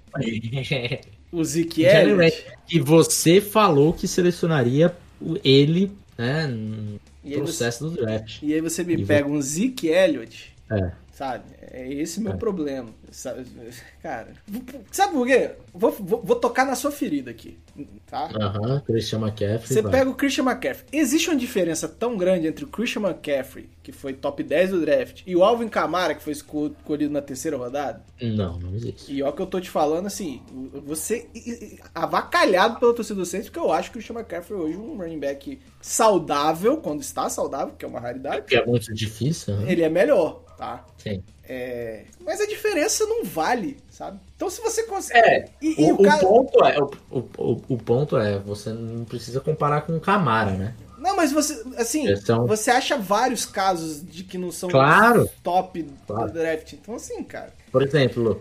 o Zeke Jalen Elliott... que você falou que selecionaria o- ele, né, no E aí processo do draft. E aí você me E pega um Zeke Elliott, É. sabe? É esse meu É. problema. Sabe? Cara, sabe por quê? Vou, vou, vou tocar na sua ferida aqui, tá? Aham, Christian McCaffrey. Você vai. pega o Christian McCaffrey. Existe uma diferença tão grande entre o Christian McCaffrey, que foi top dez do draft, e o Alvin Kamara, que foi esco- escolhido na terceira rodada? Não, não existe. E ó que eu tô te falando assim, você avacalhado pela torcida do Saints, porque eu acho que o Christian McCaffrey hoje é um running back saudável, quando está saudável, que é uma raridade, Que é muito difícil, né? ele é melhor, tá? Sim. É, mas a diferença não vale, sabe? Então se você consegue... É, E, e o, o cara... o ponto é, o, o, o ponto é, você não precisa comparar com o Camara, né? Não, mas você, assim, Questão- você acha vários casos de que não são Claro. top Claro. do draft. Então, assim, cara... Por exemplo,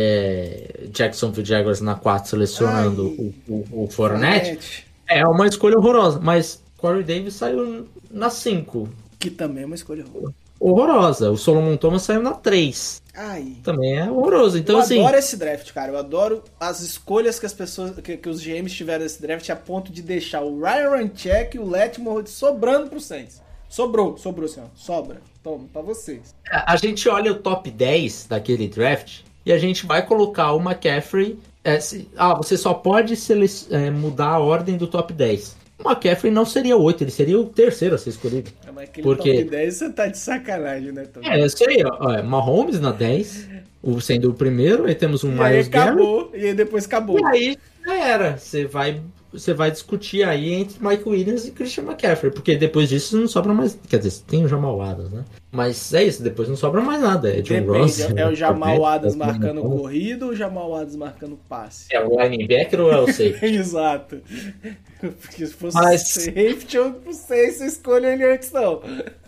é, Jacksonville Jaguars na quatro selecionando Ai, o, o, o Fournette, Fournette, é uma escolha horrorosa, mas Corey Davis saiu na cinco, que também é uma escolha boa. horrorosa. O Solomon Thomas saiu na três, Ai... também é horroroso. Então, eu assim, adoro esse draft, cara. Eu adoro as escolhas que as pessoas, que, que os G Ms tiveram nesse draft a ponto de deixar o Ryan Runcheck e o Letmore sobrando pro Saints. Sobrou, sobrou, senhor. Sobra. Toma, pra vocês. a a gente olha o top dez daquele draft e a gente vai colocar o McCaffrey. É, se- ah, você só pode sele- é, mudar a ordem do top dez. O McCaffrey não seria o oito, ele seria o terceiro a ser escolhido. É, mas aquele Porque- top dez você tá de sacanagem, né, Tom? É, eu sei, ó, é, Mahomes na dez, o, sendo o primeiro, aí temos um E aí Myles Garrett. acabou, e aí depois acabou. E aí já era. Você vai, você vai discutir aí entre Mike Williams e Christian McCaffrey, porque depois disso não sobra mais. Quer dizer, tem o Jamal Adams, né? Mas é isso, depois não sobra mais nada. É John Ross. Depende, é o Jamal Adams é, marcando corrida ou o Jamal Adams marcando passe? É o linebacker ou é o safety? Exato. Porque se fosse Mas- safety, eu não sei se eu escolho ele antes, não.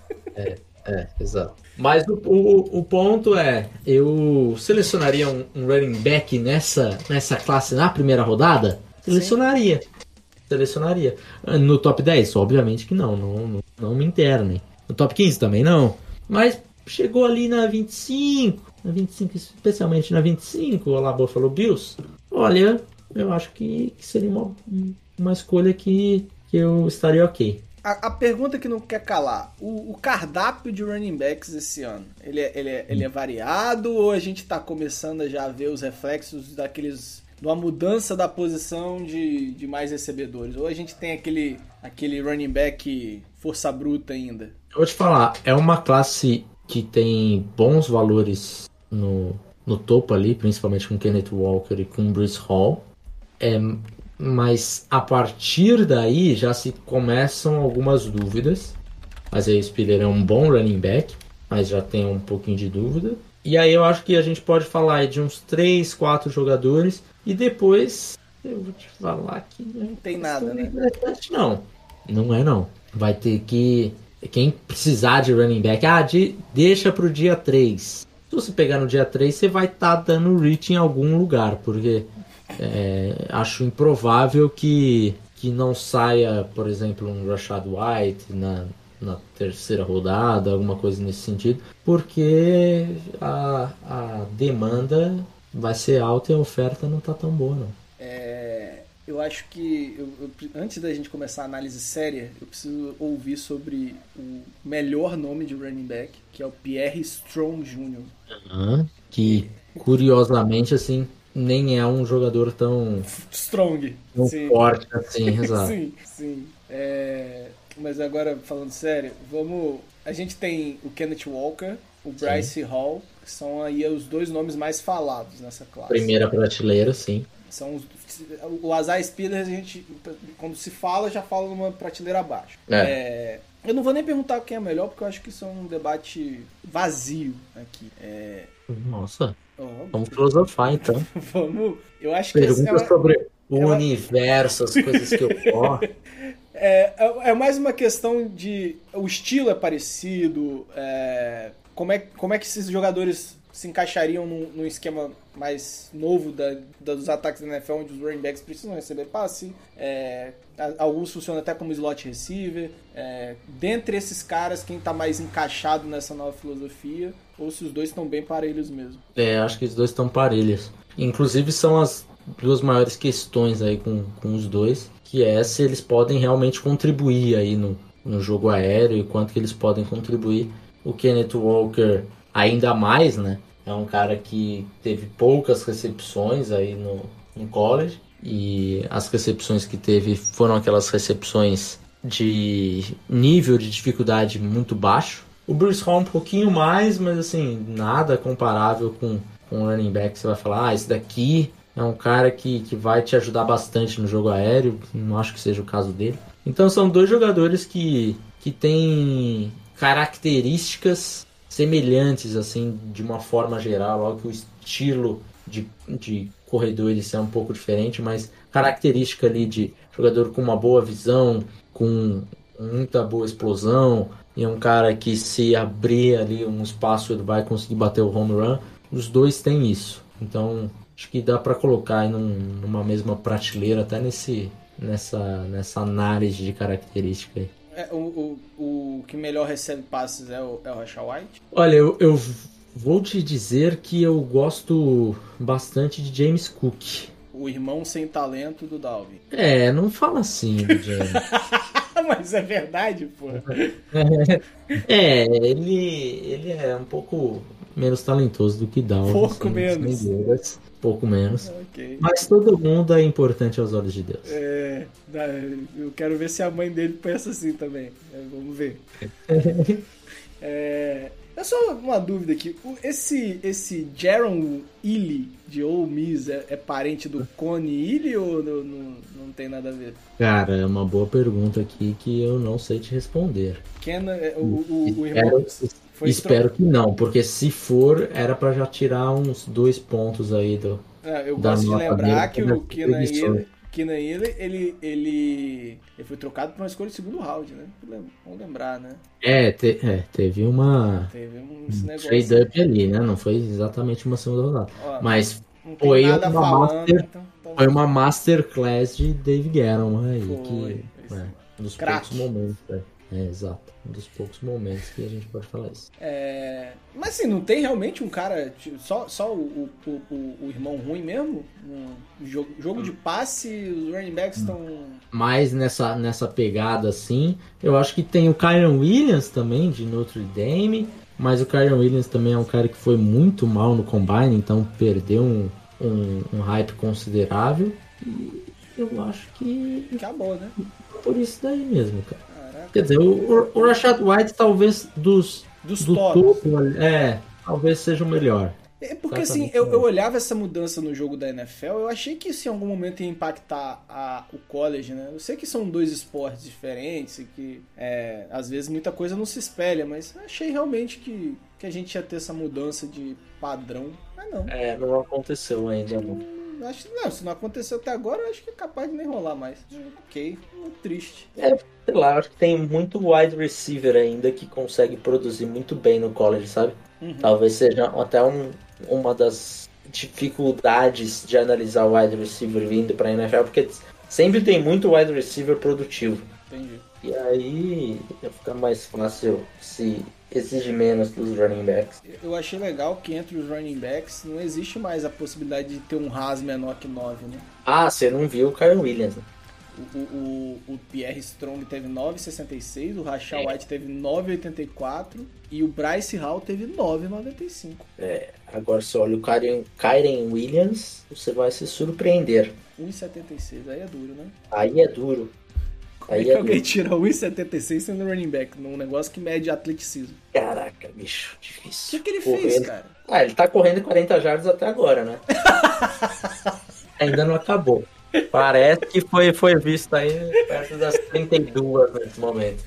É, exato. Mas o, o, o ponto é, eu selecionaria um, um running back nessa, nessa classe na primeira rodada? Selecionaria. Selecionaria. No top dez? Obviamente que não, não, não, não me internem. No top quinze também não. Mas chegou ali na vinte e cinco, na vinte e cinco, especialmente na vinte e cinco, o Labo falou Bills. Olha, eu acho que, que seria uma, uma escolha que, que eu estaria ok. A, a pergunta que não quer calar, o, o cardápio de running backs esse ano, ele é, ele, é, ele é variado ou a gente tá começando a já ver os reflexos daqueles... de uma mudança da posição de, de mais recebedores? Ou a gente tem aquele, aquele running back força bruta ainda? Eu vou te falar, é uma classe que tem bons valores no, no topo ali, principalmente com Kenneth Walker e com Breece Hall. É, mas a partir daí já se começam algumas dúvidas. Isaiah Spiller é um bom running back, mas já tem um pouquinho de dúvida. E aí eu acho que a gente pode falar aí de uns três, quatro jogadores. E depois, eu vou te falar que não tem nada, né? Não, não é não. Vai ter que... Quem precisar de running back, ah, de, deixa pro dia três. Se você pegar no dia três, você vai estar tá dando reach em algum lugar, porque é, acho improvável que, que não saia, por exemplo, um Rashad White na, na terceira rodada, alguma coisa nesse sentido, porque a, a demanda vai ser alta e a oferta não tá tão boa, não. É, eu acho que eu, eu, antes da gente começar a análise séria, eu preciso ouvir sobre o melhor nome de running back, que é o Pierre Strong Júnior Uhum. Que, curiosamente, assim, nem é um jogador tão, Strong. tão Sim. forte assim, exato. Sim, sim. É, mas agora, falando sério, vamos... A gente tem o Kenneth Walker, o Bryce sim. Hall, que são aí os dois nomes mais falados nessa classe. Primeira prateleira, sim. São os, o Isaiah Spiller, a gente, quando se fala, já fala numa prateleira abaixo. É. É, eu não vou nem perguntar quem é melhor, porque eu acho que isso é um debate vazio aqui. É... Nossa, oh, vamos filosofar, então. Vamos... Eu acho que Pergunta é uma... sobre o é uma... universo, as coisas que ocorrem. É, é mais uma questão de... O estilo é parecido, é, como, é, como é que esses jogadores se encaixariam num, num esquema mais novo da, da, dos ataques da N F L, onde os running backs precisam receber passe. É, alguns funcionam até como slot receiver. É, dentre esses caras, quem está mais encaixado nessa nova filosofia, ou se os dois estão bem parelhos mesmo. É, acho que os dois estão parelhos. Inclusive são as duas maiores questões aí com, com os dois, que é se eles podem realmente contribuir aí no, no jogo aéreo e quanto que eles podem contribuir. O Kenneth Walker ainda mais, né? É um cara que teve poucas recepções aí no, no college, e as recepções que teve foram aquelas recepções de nível de dificuldade muito baixo. O Bruce Hall um pouquinho mais, mas assim, nada comparável com, com o running back. Você vai falar, ah, esse daqui é um cara que, que vai te ajudar bastante no jogo aéreo. Não acho que seja o caso dele. Então são dois jogadores que, que têm características semelhantes, assim, de uma forma geral, logo que o estilo de, de corredores é um pouco diferente, mas característica ali de jogador com uma boa visão, com muita boa explosão, e um cara que se abrir ali um espaço ele vai conseguir bater o home run. Os dois têm isso, então acho que dá para colocar aí num, numa mesma prateleira, até nesse, nessa, nessa análise de característica aí. É, o, o, o que melhor recebe passes é o, é o Rashad White? Olha, eu, eu vou te dizer que eu gosto bastante de James Cook. O irmão sem talento do Dalvin. É, não fala assim do James. Mas é verdade, pô. É, ele, ele é um pouco menos talentoso do que Dalvin. Pouco menos. Dúvidas, pouco menos. Okay. Mas todo mundo é importante aos olhos de Deus. É, eu quero ver se a mãe dele pensa assim também. É, vamos ver. É, é só uma dúvida aqui. Esse, esse Jaron Ely de Ole Miss é, é parente do Coney Ely ou não, não, não tem nada a ver? Cara, é uma boa pergunta aqui que eu não sei te responder. Ken, o, o, o irmão... Espero, foi Espero que não, porque se for, era pra já tirar uns dois pontos aí do... É, eu gosto de lembrar que o Keenan Allen, Keenan Allen, ele, ele, ele foi trocado por uma escolha de segundo round, né? Vamos lembrar, né? É, te, é teve uma... Teve um um trade-up ali, né? Não foi exatamente uma segunda rodada. Ó, mas foi uma, falando, master, então, então... foi uma masterclass de Dave Gettleman aí. Foi, que, é, um dos Crack. poucos momentos, é. É, exato. Um dos poucos momentos que a gente pode falar isso. É... Mas assim, não tem realmente um cara... Só, só o, o, o, o irmão ruim mesmo? No jogo, jogo de passe, os running backs estão... Mas nessa, nessa pegada assim, eu acho que tem o Kyren Williams também, de Notre Dame. Mas o Kyren Williams também é um cara que foi muito mal no Combine, então perdeu um, um, um hype considerável. E eu acho que... Acabou, né? Por isso daí mesmo, cara. Quer dizer, o, o Rashad White talvez dos, dos do tops. topo, é, talvez seja o melhor. É porque assim, eu, eu olhava essa mudança no jogo da N F L, eu achei que isso em algum momento ia impactar a, o college, né? Eu sei que são dois esportes diferentes e que é, às vezes muita coisa não se espelha, mas eu achei realmente que, que a gente ia ter essa mudança de padrão, mas não. É, não aconteceu ainda, não. Acho, não, se não aconteceu até agora, eu acho que é capaz de nem rolar mais. Ok, muito triste. É, sei lá, acho que tem muito wide receiver ainda que consegue produzir muito bem no college, sabe? Uhum. Talvez seja até um, uma das dificuldades de analisar o wide receiver vindo pra N F L, porque sempre tem muito wide receiver produtivo. Entendi. E aí fica mais fácil se exige menos dos running backs. Eu achei legal que entre os running backs não existe mais a possibilidade de ter um Haas menor que nove, né? Ah, você não viu o Kyle Williams, né? O, o, o Pierre Strong teve nove vírgula sessenta e seis, o Rashad É. White teve nove vírgula oitenta e quatro e o Bryce Hall teve nove vírgula noventa e cinco. É, agora você olha o Kyren, Kyren Williams, você vai se surpreender. um vírgula setenta e seis, aí é duro, né? Aí é duro. Como é Aí que é alguém duro. tira um vírgula setenta e seis sendo running back num negócio que mede atleticismo? Caraca, bicho, O difícil. que, que ele Correndo. fez, cara? Ah, ele tá correndo quarenta jardas até agora, né? Ainda não acabou. Parece que foi, foi visto aí perto das trinta e duas nesse momento.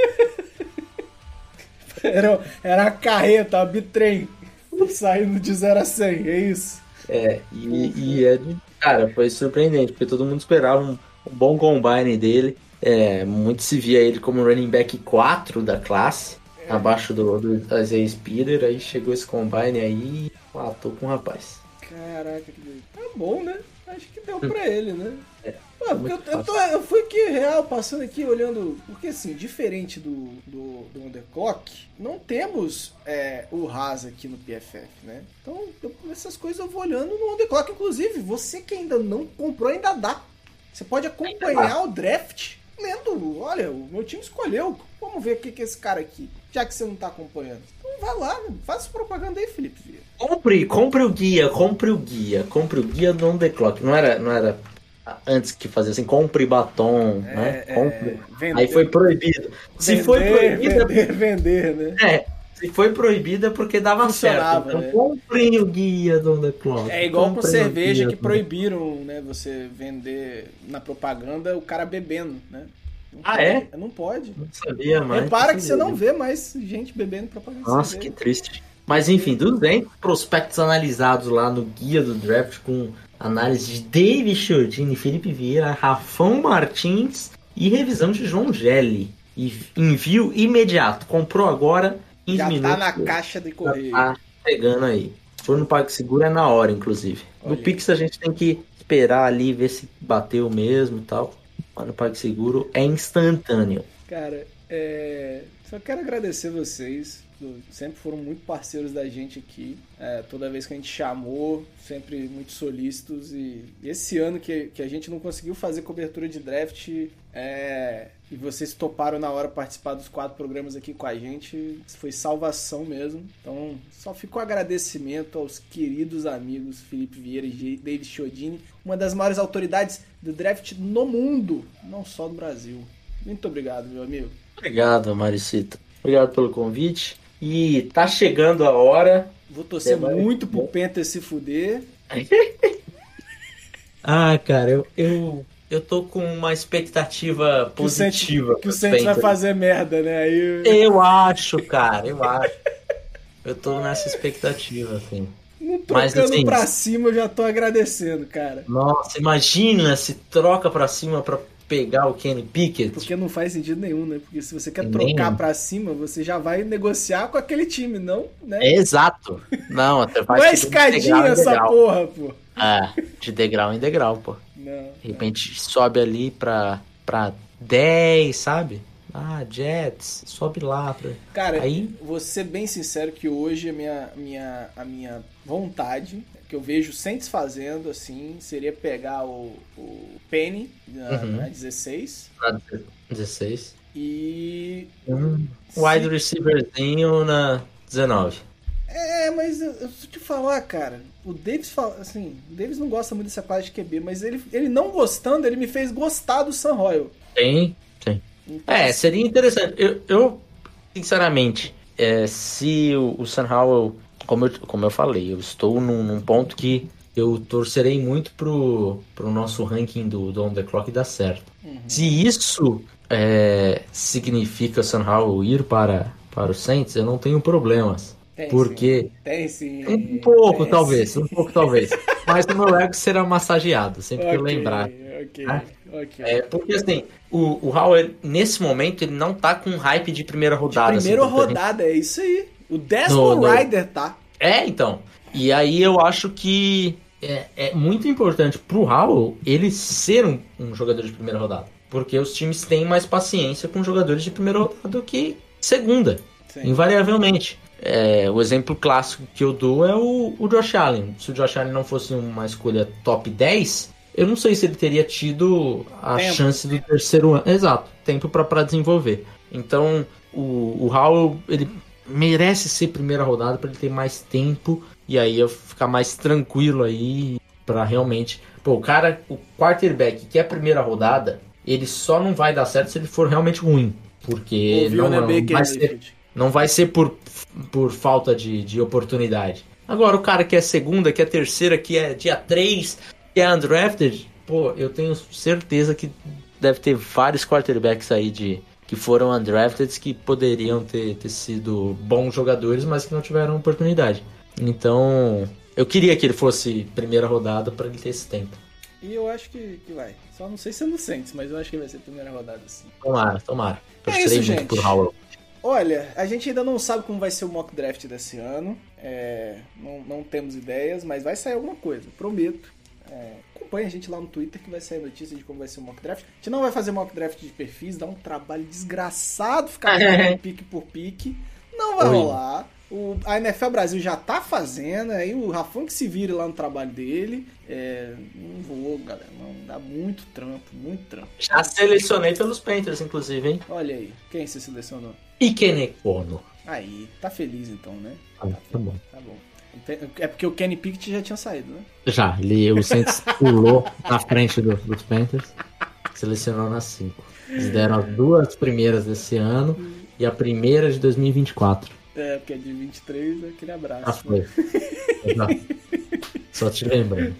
Era, era a carreta, a bitrem, saindo de zero a cem, é isso? É, e, e é de- cara, foi surpreendente, porque todo mundo esperava um, um bom combine dele. É, muito se via ele como running back quatro da classe, É. abaixo do, do Isaiah Spiller. Aí chegou esse combine aí e matou com o rapaz. Caraca, que doido. Tá bom, né? Acho que deu pra ele, né? É, Pô, porque eu, eu, tô, eu fui aqui real, passando aqui, olhando. Porque assim, diferente do, do, do Underclock, não temos é, o Haas aqui no P F F, né? Então, eu- essas coisas eu vou olhando no Underclock. Inclusive, você que ainda não comprou, ainda dá. Você pode acompanhar o draft lendo. Olha, o meu time escolheu. Vamos ver o que, que é esse cara aqui. Já que você não tá acompanhando. Então vai lá, faça propaganda aí, Felipe Vieira. Compre, compre o guia, compre o guia, compre o guia do On The Clock. Não era, não era antes que fazia assim, compre batom, né? É, Compre. é, vender- Aí foi proibido. Se vender, foi proibido, Vender, vender, né? é, se foi proibido é porque dava Funcionava, certo. Então né? comprem o guia do On The Clock. É igual com comprem o cerveja guia que do- proibiram, né? Você vender na propaganda o cara bebendo, né? Não Ah, pode, é? Não pode. Não sabia mais. Repara que você sabia. não vê mais gente bebendo propaganda de Nossa, que cerveja. triste. Mas enfim, duzentos prospectos analisados lá no guia do draft com análise de David Chiodini, Felipe Vieira, Rafão Martins e revisão de João Gelli. E envio imediato. Comprou agora, quinze Já minutos. tá na caixa de já correio. tá pegando aí. Se for no PagSeguro é na hora, inclusive. Olha No aí. Pix a gente tem que esperar ali, ver se bateu mesmo e tal. Mas no PagSeguro é instantâneo. Cara, é... só quero agradecer vocês. Sempre foram muito parceiros da gente aqui. É, toda vez que a gente chamou, sempre muito solícitos. E esse ano que, que a gente não conseguiu fazer cobertura de draft, é, e vocês toparam na hora participar dos quatro programas aqui com a gente, foi salvação mesmo. Então, só ficou agradecimento aos queridos amigos Felipe Vieira e David Chiodini, uma das maiores autoridades do draft no mundo, não só no Brasil. Muito obrigado, meu amigo. Obrigado, Maricita. Obrigado pelo convite. E tá chegando a hora. Vou torcer Você vai- muito pro Penta se fuder. Ah, cara, eu, eu, eu tô com uma expectativa Que o Saints- positiva. Que o pro Saints vai Panthers. fazer merda, né? Aí, Eu acho, cara, eu acho. Eu tô nessa expectativa, assim. não mas, trocando assim, pra cima, eu já tô agradecendo, cara. Nossa, imagina se troca pra cima pra pegar o Kenny Pickett. Porque não faz sentido nenhum, né? Porque se você quer Nem. trocar pra cima, você já vai negociar com aquele time, não, né? É exato. Não, você Não faz é tipo de degrau escadinha em essa degrau. porra, pô. É, de degrau em degrau, pô. Não. De repente sobe ali pra, pra dez, sabe? Ah, Jets, sobe lá. Pra... Cara, Aí- vou ser bem sincero que hoje a minha, minha, a minha vontade, que eu vejo Saints fazendo, assim, seria pegar o, o Penny na, Uhum. na dezesseis Na dezesseis. e... Um wide se- receiverzinho na dezenove. É, mas eu, eu preciso te falar, cara, o Davis fala, assim, o Davis não gosta muito dessa classe de Q B, mas ele, ele não gostando, ele me fez gostar do Sam Royal. Tem, tem. Então, É, seria interessante. Eu, eu sinceramente, é, se o, o Sam Howell, como eu, como eu falei, eu estou num, num ponto que eu torcerei muito pro, pro nosso ranking do, do On The Clock dar certo. Uhum. Se isso é, significa o Sam Howell ir para, para o Saints, eu não tenho problemas. tem Porque sim, tem sim. um pouco, tem talvez, sim. um pouco, talvez. Mas o meu ego será massageado, sempre que eu Ok, lembrar. Ok, né? ok. É, porque assim, o, o Howell, nesse momento, ele não tá com hype de primeira rodada. Primeira assim, porque a gente- rodada, é isso aí. O No- Desmond no- Rider, tá? É, então. E aí eu acho que é, é muito importante pro Howell ele ser um, um jogador de primeira rodada. Porque os times têm mais paciência com jogadores de primeira rodada do que segunda. Sim. Invariavelmente. É, o exemplo clássico que eu dou é o, o Josh Allen. Se o Josh Allen não fosse uma escolha top dez, eu não sei se ele teria tido a tempo. chance do terceiro ano. Exato, tempo para desenvolver. Então, o, o Howell, ele merece ser primeira rodada para ele ter mais tempo e aí eu ficar mais tranquilo aí para realmente... Pô, o cara, o quarterback que é a primeira rodada, ele só não vai dar certo se ele for realmente ruim. Porque Ouviu, não, né, não, vai ser, não vai ser por, por falta de, de oportunidade. Agora, o cara que é segunda, que é terceira, que é dia três, que é undrafted, pô, eu tenho certeza que deve ter vários quarterbacks aí de, que foram undrafted que poderiam ter, ter sido bons jogadores, mas que não tiveram oportunidade. Então, eu queria que ele fosse primeira rodada para ele ter esse tempo. E eu acho que, que vai. Só não sei se é no Saints, mas eu acho que vai ser primeira rodada sim. Tomara, tomara. Eu é isso, gente. Por Howell. Olha, a gente ainda não sabe como vai ser o mock draft desse ano. É, não, não temos ideias, mas vai sair alguma coisa, prometo. É, acompanhe a gente lá no Twitter que vai sair notícia de como vai ser o mock draft. A gente não vai fazer mock draft de perfis, dá um trabalho desgraçado ficar pique por pique. Não vai Oi. rolar. O, a N F L Brasil já tá fazendo, aí o Rafão que se vire lá no trabalho dele. É, não vou, galera, não, dá muito trampo, muito trampo. Já selecionei pelos Panthers, inclusive, hein? Olha aí, quem você selecionou? Ikenekono. Aí, tá feliz então, né? Ah, tá, tá bom. Tá bom. É porque o Kenny Pickett já tinha saído, né? Já, ele, o Saints pulou na frente do, dos Panthers, selecionou nas cinco. Eles deram as duas primeiras desse ano e a primeira de dois mil e vinte e quatro. É, porque é de vinte e três, aquele abraço. Ah, foi. Né? Só te lembrando.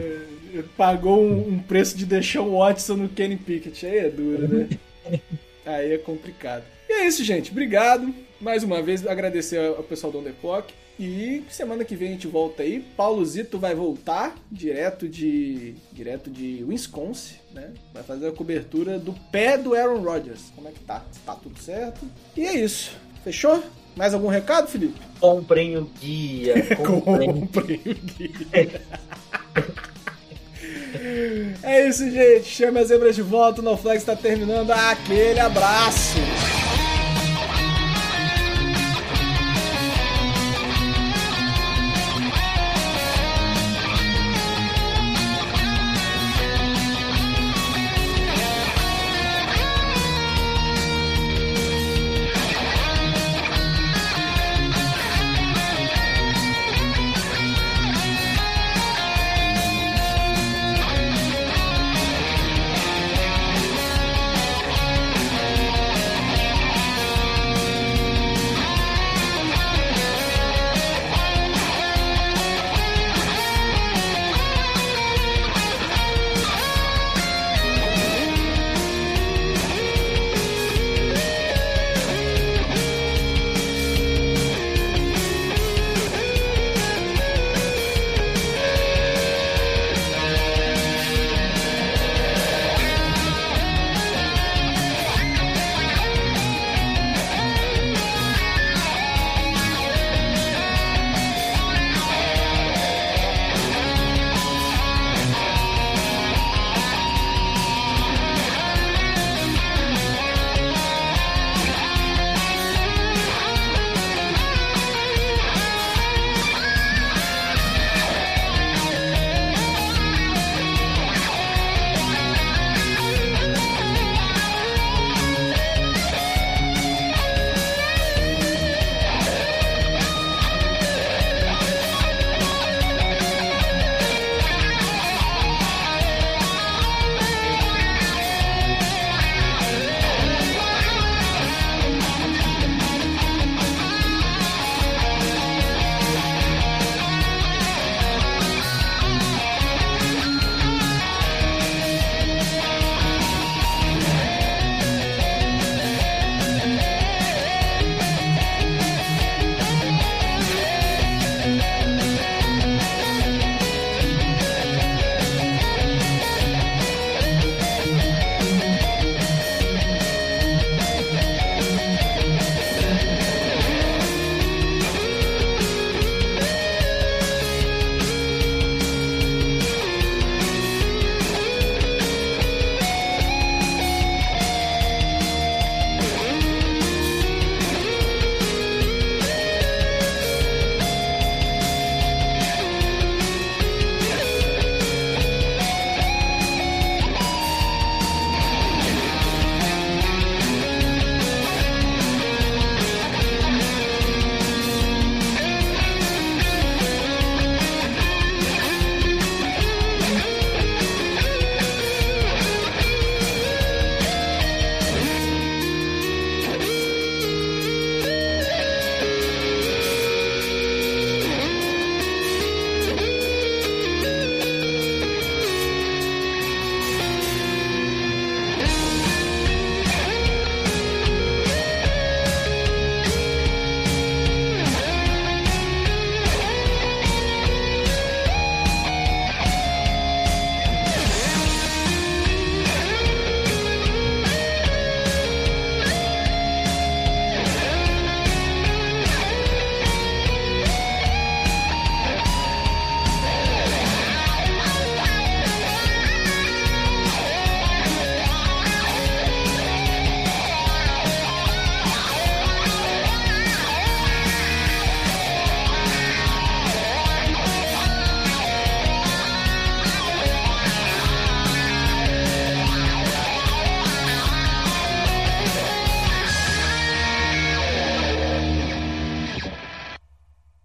É, pagou um, um preço de deixar o Watson no Kenny Pickett. Aí é duro, né? Aí é complicado. E é isso, gente. Obrigado. Mais uma vez, agradecer ao pessoal do On The Clock. E semana que vem a gente volta aí. Paulo Zito vai voltar direto de direto de Wisconsin, né? Vai fazer a cobertura do pé do Aaron Rodgers. Como é que tá? Tá tudo certo? E é isso. Fechou? Mais algum recado, Felipe? Comprem o guia. Comprem, Comprem o guia. É isso, gente. Chame as zebras de volta. O NoFlex está terminando. Aquele abraço.